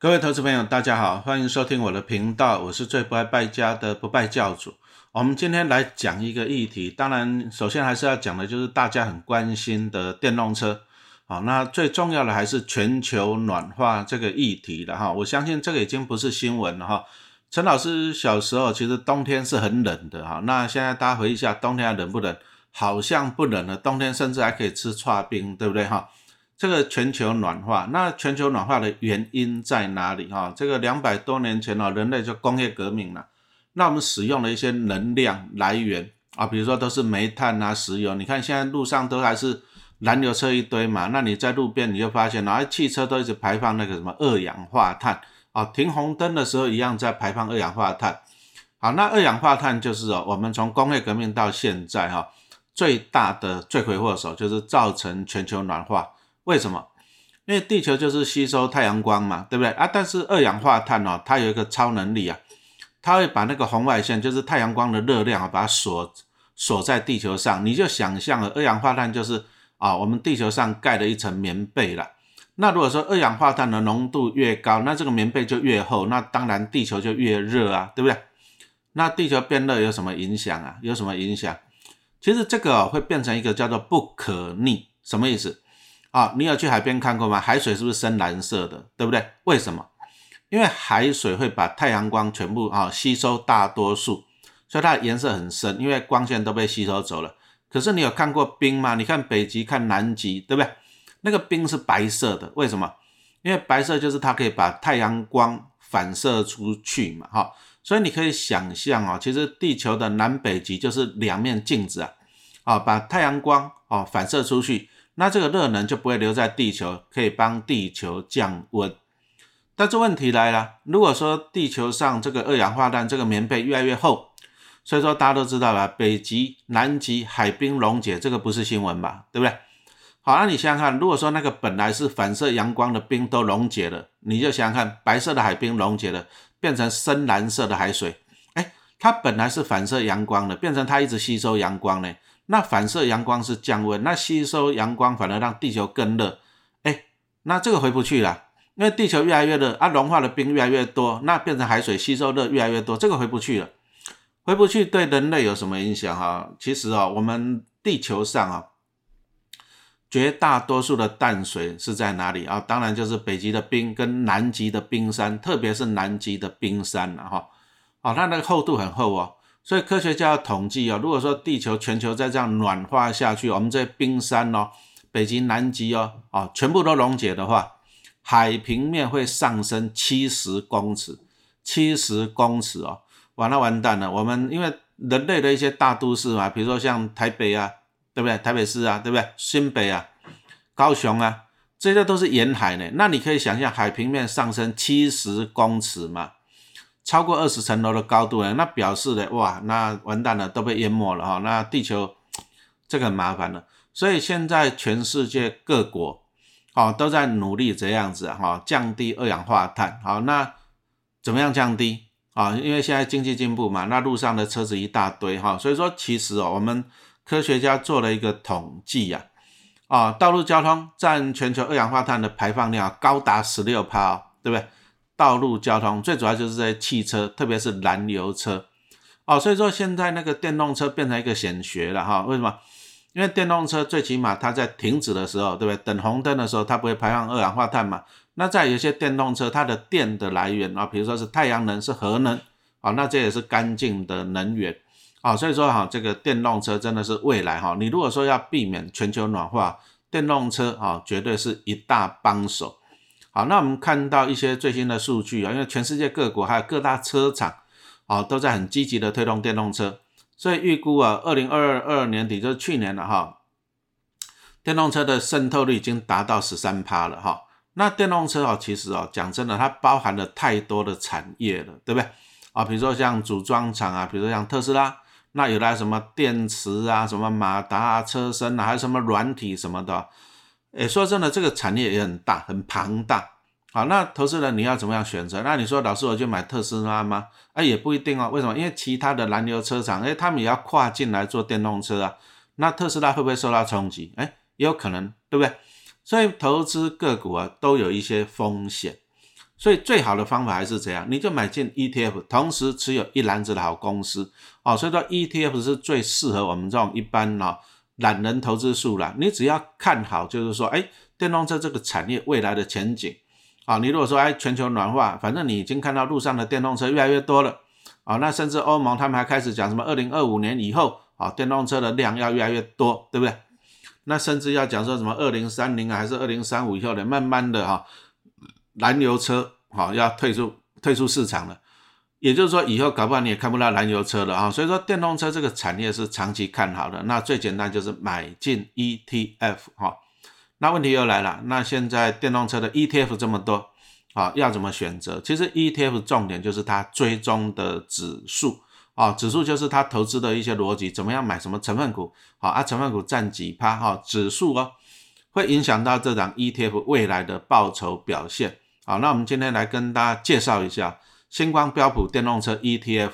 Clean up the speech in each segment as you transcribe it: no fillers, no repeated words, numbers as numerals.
各位投资朋友大家好，欢迎收听我的频道，我是最不爱败家的不败教主。我们今天来讲一个议题，当然首先还是要讲的就是大家很关心的电动车。好，那最重要的还是全球暖化这个议题了哈。我相信这个已经不是新闻了哈。陈老师小时候其实冬天是很冷的哈，那现在大家回忆一下，冬天还冷不冷？好像不冷了，冬天甚至还可以吃剉冰，对不对哈？这个全球暖化，那全球暖化的原因在哪里哈？这个200多年前人类就工业革命了，那我们使用的一些能量来源比如说都是煤炭啊、石油，你看现在路上都还是燃油车一堆嘛，那你在路边你就发现汽车都一直排放那个什么二氧化碳停红灯的时候一样在排放二氧化碳。好，那二氧化碳就是我们从工业革命到现在最大的罪魁祸首，就是造成全球暖化。为什么？因为地球就是吸收太阳光嘛，对不对但是二氧化碳它有一个超能力它会把那个红外线，就是太阳光的热量把它锁在地球上。你就想象二氧化碳就是我们地球上盖了一层棉被啦。那如果说二氧化碳的浓度越高，那这个棉被就越厚，那当然地球就越热对不对？那地球变热有什么影响有什么影响？其实这个会变成一个叫做不可逆。什么意思？你有去海边看过吗？海水是不是深蓝色的，对不对？为什么？因为海水会把太阳光全部吸收大多数，所以它的颜色很深，因为光线都被吸收走了。可是你有看过冰吗？你看北极看南极，对不对？那个冰是白色的，为什么？因为白色就是它可以把太阳光反射出去嘛所以你可以想象其实地球的南北极就是两面镜子把太阳光反射出去，那这个热能就不会留在地球，可以帮地球降温。但是问题来了，如果说地球上这个二氧化碳这个棉被越来越厚，所以说大家都知道了，北极、南极海冰溶解，这个不是新闻吧，对不对？好，那你想想看，如果说那个本来是反射阳光的冰都溶解了，你就想想看，白色的海冰溶解了，变成深蓝色的海水，它本来是反射阳光的，变成它一直吸收阳光呢。那反射阳光是降温，那吸收阳光反而让地球更热，那这个回不去了，因为地球越来越热融化的冰越来越多，那变成海水吸收热越来越多，这个回不去了。回不去对人类有什么影响其实我们地球上绝大多数的淡水是在哪里当然就是北极的冰跟南极的冰山，特别是南极的冰山它那个厚度很厚所以科学家要统计如果说地球全球再这样暖化下去，我们这些冰山北极南极全部都溶解的话，海平面会上升70公尺，70公尺哇，那完蛋了。我们因为人类的一些大都市嘛，比如说像台北对不对？台北市对不对？新北高雄这些都是沿海呢。那你可以想象海平面上升70公尺嘛，超过20层楼的高度那表示哇，那完蛋了，都被淹没了那地球这个很麻烦了。所以现在全世界各国都在努力这样子降低二氧化碳。好，那怎么样降低因为现在经济进步嘛，那路上的车子一大堆所以说其实我们科学家做了一个统计道路交通占全球二氧化碳的排放量高达 16% 对不对？道路交通最主要就是这些汽车，特别是燃油车所以说现在那个电动车变成一个显学了为什么？因为电动车最起码它在停止的时候，对不对？等红灯的时候它不会排放二氧化碳嘛。那在有些电动车它的电的来源比如说是太阳能，是核能那这也是干净的能源所以说这个电动车真的是未来你如果说要避免全球暖化，电动车绝对是一大帮手。好，那我们看到一些最新的数据因为全世界各国还有各大车厂都在很积极的推动电动车，所以预估2022年底就是去年了电动车的渗透率已经达到 13% 了那电动车其实讲真的，它包含了太多的产业了，对不对比如说像组装厂比如说像特斯拉，那有的什么电池什么马达车身还有什么软体什么的说真的，这个产业也很大很庞大。好，那投资人你要怎么样选择？那你说老师我就买特斯拉吗？也不一定为什么？因为其他的燃油车厂他们也要跨进来做电动车那特斯拉会不会受到冲击？也有可能，对不对？所以投资个股都有一些风险所以最好的方法还是怎样？你就买进 ETF， 同时持有一篮子的好公司。所以说 ETF 是最适合我们这种一般懒人投资术啦。你只要看好，就是说，电动车这个产业未来的前景。你如果说全球暖化，反正你已经看到路上的电动车越来越多了。那甚至欧盟他们还开始讲什么2025年以后电动车的量要越来越多，对不对？那甚至要讲说什么2030还是2035以后的慢慢的燃油车要退出市场了。也就是说以后搞不好你也看不到燃油车了所以说电动车这个产业是长期看好的。那最简单就是买进 ETF 那问题又来了，那现在电动车的 ETF 这么多要怎么选择？其实 ETF 重点就是它追踪的指数指数就是它投资的一些逻辑，怎么样买什么成分股成分股占几%指数会影响到这档 ETF 未来的报酬表现。那我们今天来跟大家介绍一下星光标普电动车 ETF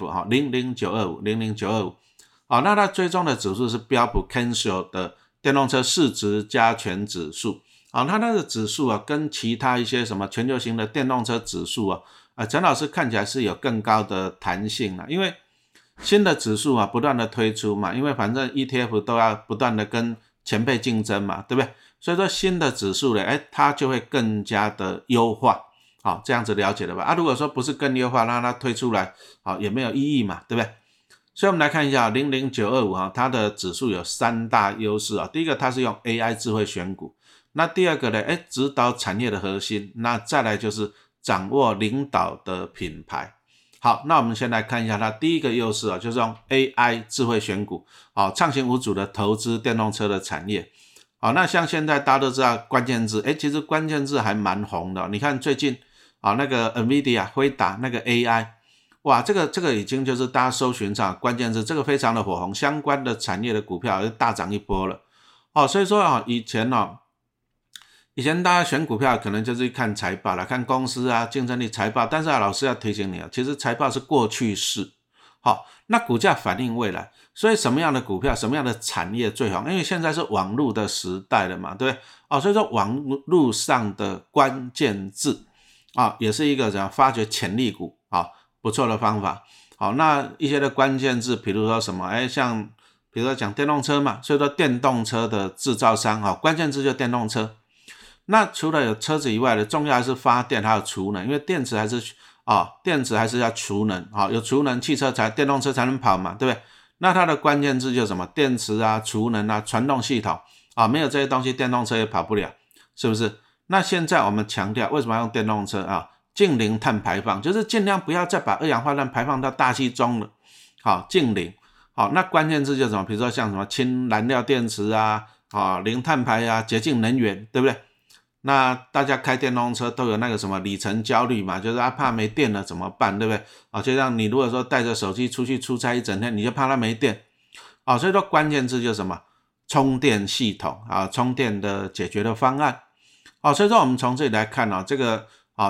00925。那它追踪的指数是标普 Kensho 的电动车市值加权指数。那它的指数跟其他一些什么全球型的电动车指数陈老师看起来是有更高的弹性因为新的指数不断的推出嘛，因为反正 ETF 都要不断的跟前辈竞争嘛，对不对？所以说新的指数呢它就会更加的优化。这样子了解了吧？如果说不是更优化，让它推出来也没有意义嘛，对不对？所以我们来看一下00925它的指数有3大优势第一个它是用 AI 智慧选股，那第二个呢指导产业的核心，那再来就是掌握领导的品牌。好，那我们先来看一下它第一个优势就是用 AI 智慧选股畅行无阻的投资电动车的产业。那像现在大家都知道关键字其实关键字还蛮红的你看最近那个 NVIDIA 辉达那个 AI， 哇，这个已经就是大家搜寻上关键字，这个非常的火红，相关的产业的股票就大涨一波了所以说以前大家选股票可能就是看财报啦，看公司竞争力财报，但是老师要提醒你其实财报是过去式那股价反映未来，所以什么样的股票什么样的产业最红，因为现在是网络的时代了嘛，对不对所以说网络上的关键字也是一个怎样发掘潜力股不错的方法那一些的关键字比如说什么像比如说讲电动车嘛，所以说电动车的制造商关键字就电动车。那除了有车子以外的，重要还是发电还有储能，因为电池还是要储能有储能汽车电动车才能跑嘛，对不对？那它的关键字就是什么电池储能传动系统没有这些东西电动车也跑不了，是不是？那现在我们强调为什么要用电动车净零碳排放，就是尽量不要再把二氧化碳排放到大气中了净零那关键字就是什么？比如说像什么氢燃料电池零碳排洁净能源，对不对？那大家开电动车都有那个什么里程焦虑嘛，就是怕没电了怎么办，对不对就像你如果说带着手机出去出差一整天，你就怕它没电所以说关键字就是什么充电系统充电的解决的方案所以说我们从这里来看这个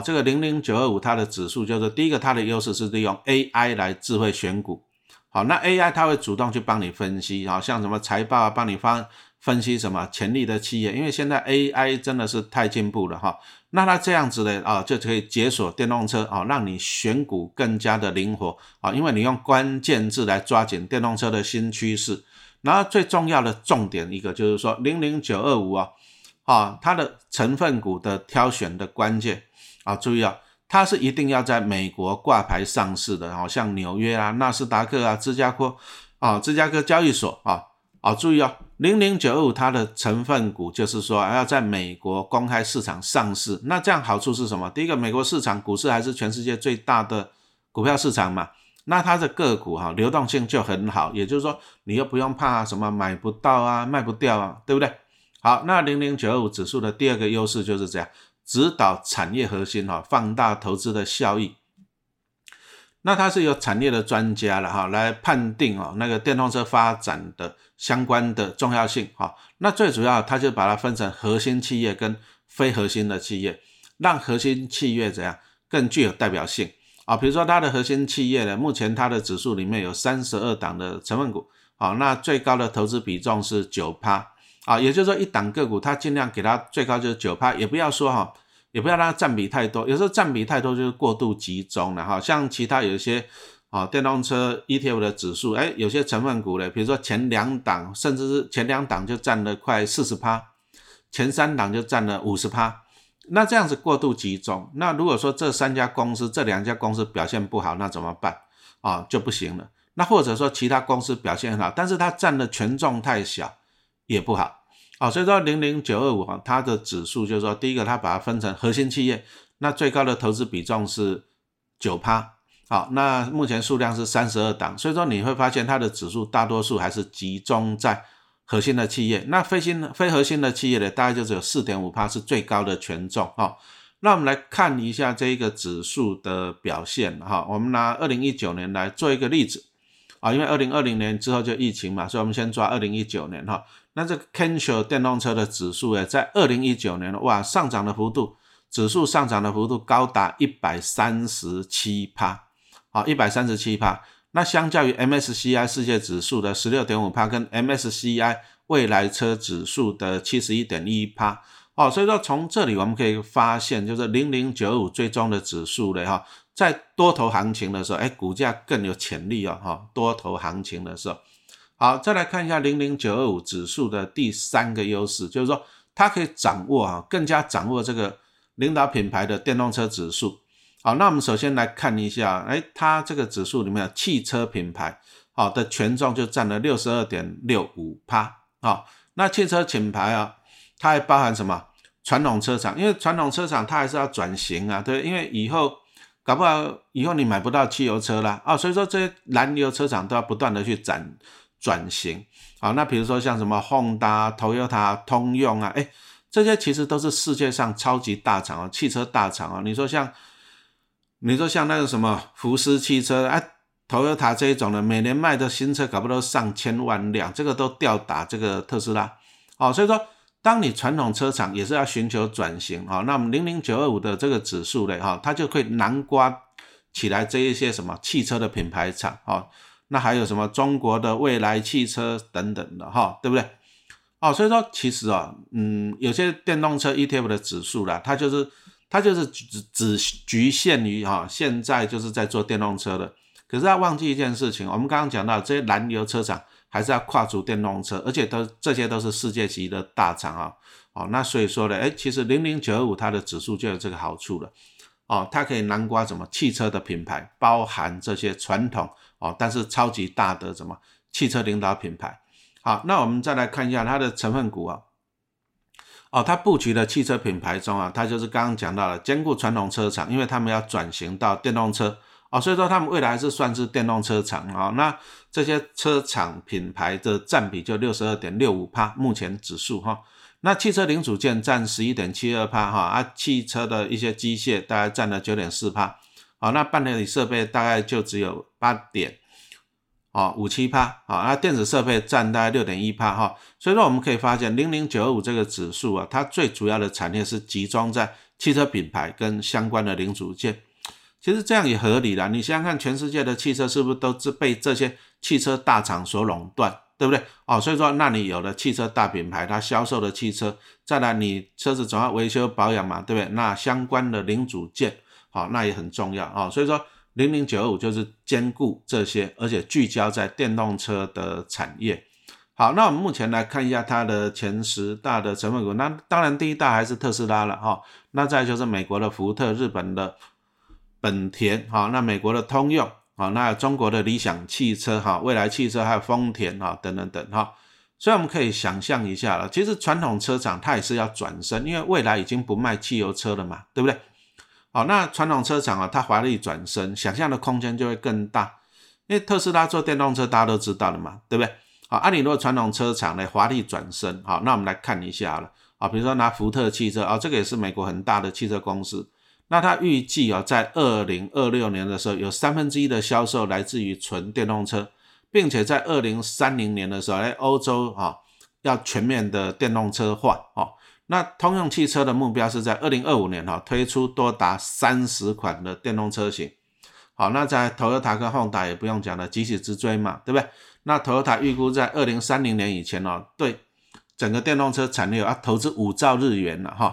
00925它的指数就是第一个它的优势是利用 AI 来智慧选股那 AI 它会主动去帮你分析像什么财报帮你分析什么潜力的企业，因为现在 AI 真的是太进步了那它这样子的就可以解锁电动车让你选股更加的灵活因为你用关键字来抓紧电动车的新趋势。然后最重要的重点一个就是说00925它的成分股的挑选的关键注意它是一定要在美国挂牌上市的像纽约纳斯达克芝加哥交易所注意0095它的成分股就是说要在美国公开市场上市。那这样好处是什么？第一个，美国市场股市还是全世界最大的股票市场嘛，那它的个股流动性就很好，也就是说你又不用怕什么买不到卖不掉对不对？好，那0095指数的第二个优势就是这样，指导产业核心放大投资的效益。那它是由产业的专家来判定那个电动车发展的相关的重要性那最主要它就把它分成核心企业跟非核心的企业，让核心企业怎样更具有代表性比如说它的核心企业呢，目前它的指数里面有32档的成分股那最高的投资比重是 9%也就是说一档个股它尽量给它最高就是 9%， 也不要说也不要让它占比太多，有时候占比太多就是过度集中了哈。像其他有一些电动车 ETF 的指数，有些成分股呢，比如说前2档，甚至是前2档就占了快 40%， 前3档就占了 50%， 那这样子过度集中，那如果说这2家公司表现不好，那怎么办？就不行了。那或者说其他公司表现很好，但是它占的权重太小，也不好。所以说00925它的指数就是说，第一个它把它分成核心企业，那最高的投资比重是 9%， 那目前数量是32档，所以说你会发现它的指数大多数还是集中在核心的企业，那非核心的企业呢，大概就只有 4.5% 是最高的权重。那我们来看一下这个指数的表现，我们拿2019年来做一个例子，因为2020年之后就疫情嘛，所以我们先抓2019年。那这个 Kensho 电动车的指数在2019年上涨的幅度，指数上涨的幅度高达 137%， 137%。那相较于 MSCI 世界指数的 16.5% 跟 MSCI 未来车指数的 71.1%，所以说从这里我们可以发现，就是0095追踪的指数呢，在多头行情的时候，股价更有潜力多头行情的时候。好，再来看一下00925指数的第3个优势，就是说它可以更加掌握这个领导品牌的电动车指数。好，那我们首先来看一下，它这个指数里面的汽车品牌的权重就占了 62.65%。那汽车品牌它还包含什么？传统车厂，因为传统车厂它还是要转型对，因为搞不好以后你买不到汽油车啦所以说这些燃油车厂都要不断的去转型。那比如说像什么 Honda、Toyota、通用这些其实都是世界上超级大厂汽车大厂你说像那个什么福斯汽车Toyota 这一种的，每年卖的新车搞不好都上千万辆，这个都吊打这个特斯拉所以说当你传统车厂也是要寻求转型那么00925的这个指数呢它就可以囊括起来这一些什么汽车的品牌厂那还有什么中国的未来汽车等等的对不对所以说其实有些电动车 ETF 的指数啦，它就是只局限于现在就是在做电动车的，可是要忘记一件事情，我们刚刚讲到这些燃油车厂还是要跨足电动车，而且这些都是世界级的大厂那所以说呢其实0095它的指数就有这个好处了它可以囊括什么汽车的品牌，包含这些传统但是超级大的什么汽车领导品牌。好，那我们再来看一下它的成分股它布局的汽车品牌中它就是刚刚讲到了兼顾传统车厂，因为他们要转型到电动车所以说他们未来还是算是电动车厂那这些车厂品牌的占比就 62.65%， 目前指数那汽车零组件占 11.72%汽车的一些机械大概占了 9.4%那半导体设备大概就只有 8.57%那电子设备占大概 6.1%所以说我们可以发现0095这个指数它最主要的产业是集中在汽车品牌跟相关的零组件。其实这样也合理啦，你想想看全世界的汽车是不是都是被这些汽车大厂所垄断，对不对所以说那你有了汽车大品牌它销售的汽车，再来你车子总要维修保养嘛，对不对？那相关的零组件那也很重要所以说0095就是兼顾这些，而且聚焦在电动车的产业。好，那我们目前来看一下它的前10大的成分股，那当然第一大还是特斯拉了那再来就是美国的福特、日本的本田那美国的通用那还有中国的理想汽车未来汽车还有丰田等等等所以我们可以想象一下了，其实传统车厂它也是要转身，因为未来已经不卖汽油车了嘛，对不对那传统车厂它华丽转身，想象的空间就会更大，因为特斯拉做电动车大家都知道了嘛，对不对你如果传统车厂呢华丽转身那我们来看一下了比如说拿福特汽车这个也是美国很大的汽车公司，那它预计在2026年的时候有1/3的销售来自于纯电动车，并且在2030年的时候欧洲要全面的电动车化那通用汽车的目标是在2025年推出多达30款的电动车型那在 Toyota 跟 Honda 也不用讲了，急起直追嘛，对不对？那 Toyota 预估在2030年以前对整个电动车产业要投资5兆日元了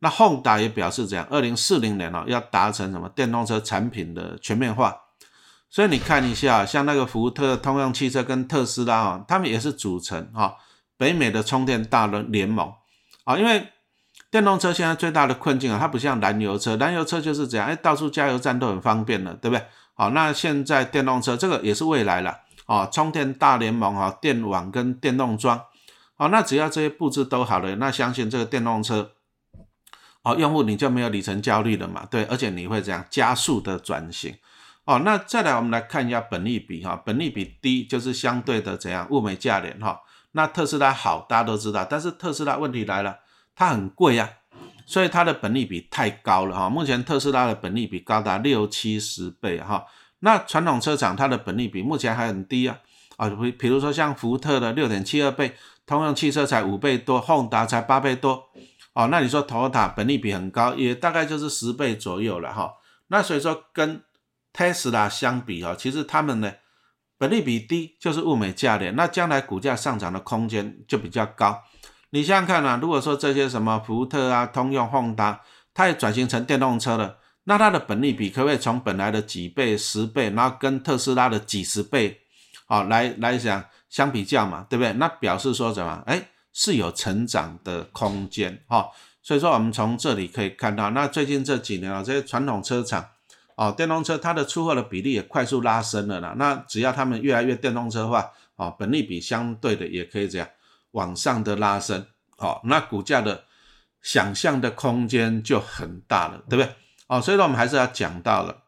那 Honda 也表示怎样，2040年要达成什么电动车产品的全面化。所以你看一下，像那个福特、通用汽车跟特斯拉他们也是组成北美的充电大联盟因为电动车现在最大的困境它不像燃油车，燃油车就是这样，到处加油站都很方便了，对不对？那现在电动车这个也是未来了充电大联盟电网跟电动桩那只要这些布置都好了，那相信这个电动车用户你就没有里程焦虑了嘛，对，而且你会这样加速的转型那再来我们来看一下本益比本益比低就是相对的怎样物美价廉那特斯拉好大家都知道，但是特斯拉问题来了，它很贵所以它的本益比太高了目前特斯拉的本益比高达60-70倍那传统车厂它的本益比目前还很低比如说像福特的 6.72 倍，通用汽车才5倍多， Honda 才8倍多那你说 Toyota 本益比很高，也大概就是10倍左右了那所以说跟 Tesla 相比其实他们呢本益比低就是物美价廉，那将来股价上涨的空间就比较高。你想想看如果说这些什么福特通用 Honda 它也转型成电动车了，那它的本益比可不可以从本来的几倍10倍，然后跟特斯拉的几十倍来想相比较嘛，对不对？那表示说什么是有成长的空间所以说我们从这里可以看到，那最近这几年这些传统车厂电动车它的出货的比例也快速拉升了啦，那只要他们越来越电动车化本益比相对的也可以这样往上的拉升那股价的想象的空间就很大了，对不对所以说我们还是要讲到了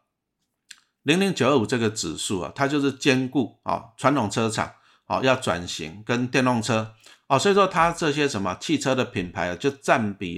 00925这个指数它就是兼顾传统车厂要转型跟电动车所以说它这些什么汽车的品牌就占比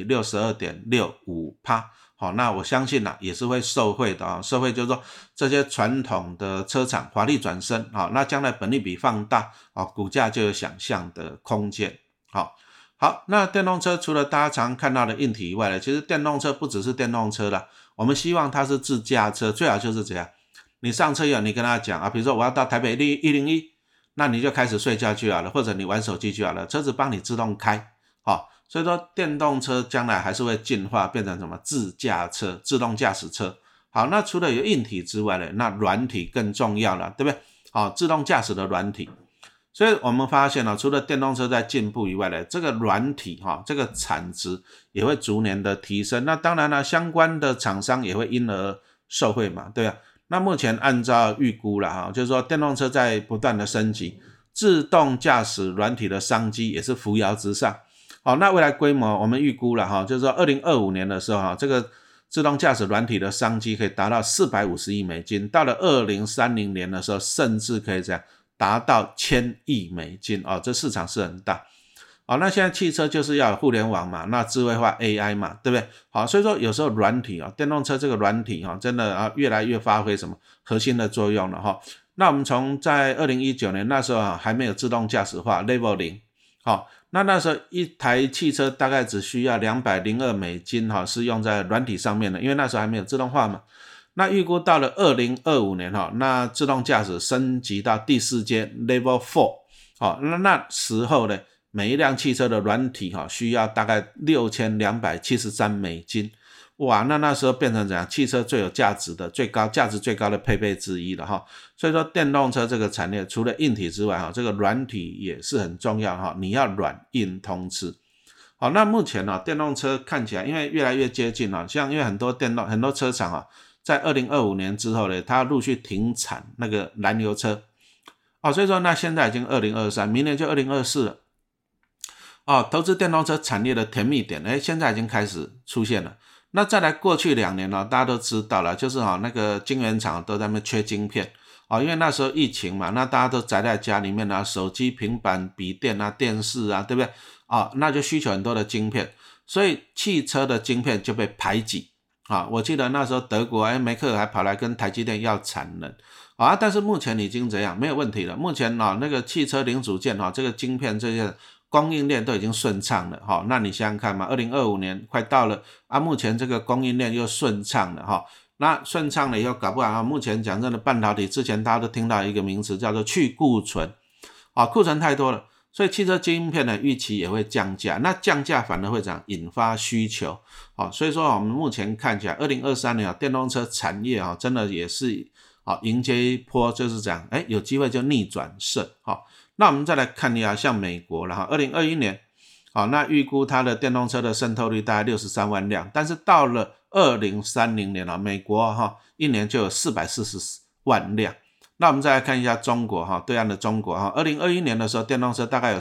62.65%那我相信也是会受惠的受惠就是说这些传统的车厂华丽转身那将来本益比放大股价就有想象的空间好，那电动车除了大家常看到的硬体以外呢，其实电动车不只是电动车啦，我们希望它是自驾车，最好就是这样，你上车以后你跟他讲比如说我要到台北101，那你就开始睡觉就好了，或者你玩手机就好了，车子帮你自动开所以说电动车将来还是会进化变成什么自驾车、自动驾驶车。好，那除了有硬体之外呢，那软体更重要了，对不对？自动驾驶的软体。所以我们发现除了电动车在进步以外呢，这个软体这个产值也会逐年的提升。那当然了，相关的厂商也会因而受惠嘛，对啊。那目前按照预估啦就是说电动车在不断的升级，自动驾驶软体的商机也是扶摇直上。那未来规模我们预估了就是说2025年的时候这个自动驾驶软体的商机可以达到450亿美金，到了2030年的时候甚至可以这样达到1000亿美金这市场是很大那现在汽车就是要有互联网嘛，那智慧化 AI 嘛，对不对？所以说有时候软体电动车这个软体真的越来越发挥什么核心的作用了那我们从在2019年那时候还没有自动驾驶化 Level 0那时候一台汽车大概只需要202美金是用在软体上面的，因为那时候还没有自动化嘛。那预估到了2025年那自动驾驶升级到第4阶 Level 4那时候呢每一辆汽车的软体需要大概6273美金，哇，那时候变成怎样汽车最有价值的价值最高的配备之一了所以说电动车这个产业除了硬体之外这个软体也是很重要你要软硬通吃。好，那目前电动车看起来因为越来越接近像因为很多车厂在2025年之后呢，它陆续停产那个燃油车所以说那现在已经2023，明年就2024了投资电动车产业的甜蜜点现在已经开始出现了。那再来过去2年大家都知道了，就是那个晶圆厂都在那边缺晶片因为那时候疫情嘛，那大家都宅在家里面手机、平板、笔电电视对不对那就需求很多的晶片，所以汽车的晶片就被排挤我记得那时候德国梅克尔还跑来跟台积电要产能但是目前已经怎样没有问题了，目前那个汽车零组件这个晶片这些供应链都已经顺畅了那你想想看嘛，2025年快到了目前这个供应链又顺畅了那顺畅了以后搞不好目前讲真的半导体之前大家都听到一个名词叫做去库存库存太多了， 所以汽车晶片的预期也会降价，那降价反而会怎样引发需求。所以说我们目前看起来2023年电动车产业真的也是迎接一波就是这样有机会就逆转胜。那我们再来看一下像美国了2021年那预估它的电动车的渗透率大概63万辆，但是到了2030年美国一年就有440万辆。那我们再来看一下中国对岸的中国2021年的时候电动车大概有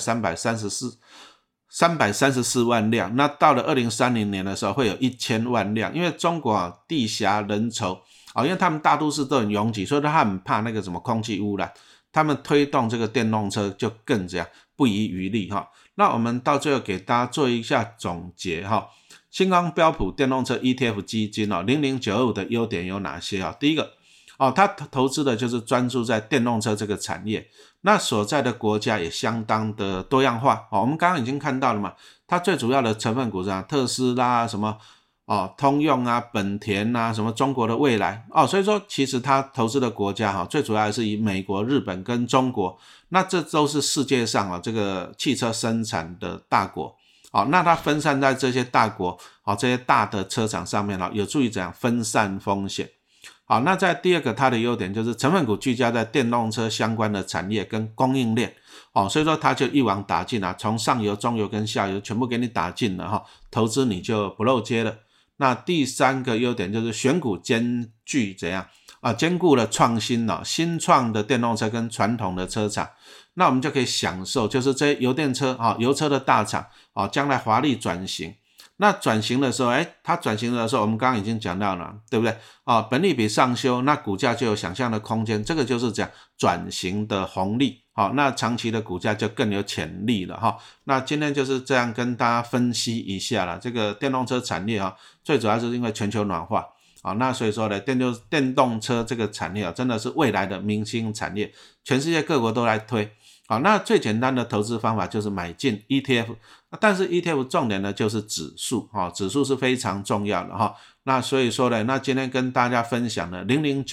334万辆，那到了2030年的时候会有1000万辆。因为中国地狭人稠因为他们大都市都很拥挤，所以他很怕那个什么空气污染，他们推动这个电动车就更这样不遗余力那我们到最后给大家做一下总结星光标普电动车 ETF 基金00925的优点有哪些第一个它投资的就是专注在电动车这个产业，那所在的国家也相当的多样化我们刚刚已经看到了嘛，它最主要的成分股是特斯拉什么通用本田什么中国的蔚来所以说其实它投资的国家最主要还是以美国、日本跟中国，那这都是世界上这个汽车生产的大国那它分散在这些大国这些大的车厂上面有助于怎样分散风险。那在第二个它的优点就是成分股聚焦在电动车相关的产业跟供应链所以说它就一网打尽从上游、中游跟下游全部给你打尽了投资你就不漏接了。那第三个优点就是选股兼具怎样兼顾了创新新创的电动车跟传统的车厂，那我们就可以享受就是这些油电车油车的大厂将来华丽转型。那转型的时候它转型的时候我们刚刚已经讲到了，对不对本益比上修，那股价就有想象的空间，这个就是讲转型的红利那长期的股价就更有潜力了那今天就是这样跟大家分析一下了，这个电动车产业最主要是因为全球暖化那所以说呢电动车这个产业真的是未来的明星产业，全世界各国都来推那最简单的投资方法就是买进 ETF， 但是 ETF 重点呢就是指数指数是非常重要的那所以说呢，那今天跟大家分享的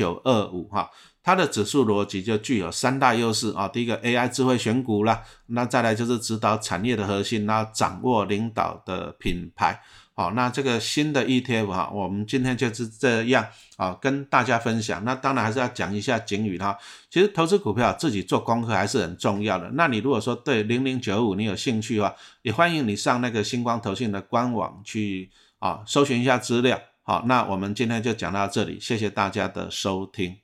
00925它的指数逻辑就具有三大优势第一个 AI 智慧选股啦，那再来就是指导产业的核心，然后掌握领导的品牌那这个新的 ETF 我们今天就是这样跟大家分享。那当然还是要讲一下警语其实投资股票自己做功课还是很重要的。那你如果说对0095你有兴趣的话，也欢迎你上那个星光投信的官网去搜寻一下资料那我们今天就讲到这里，谢谢大家的收听。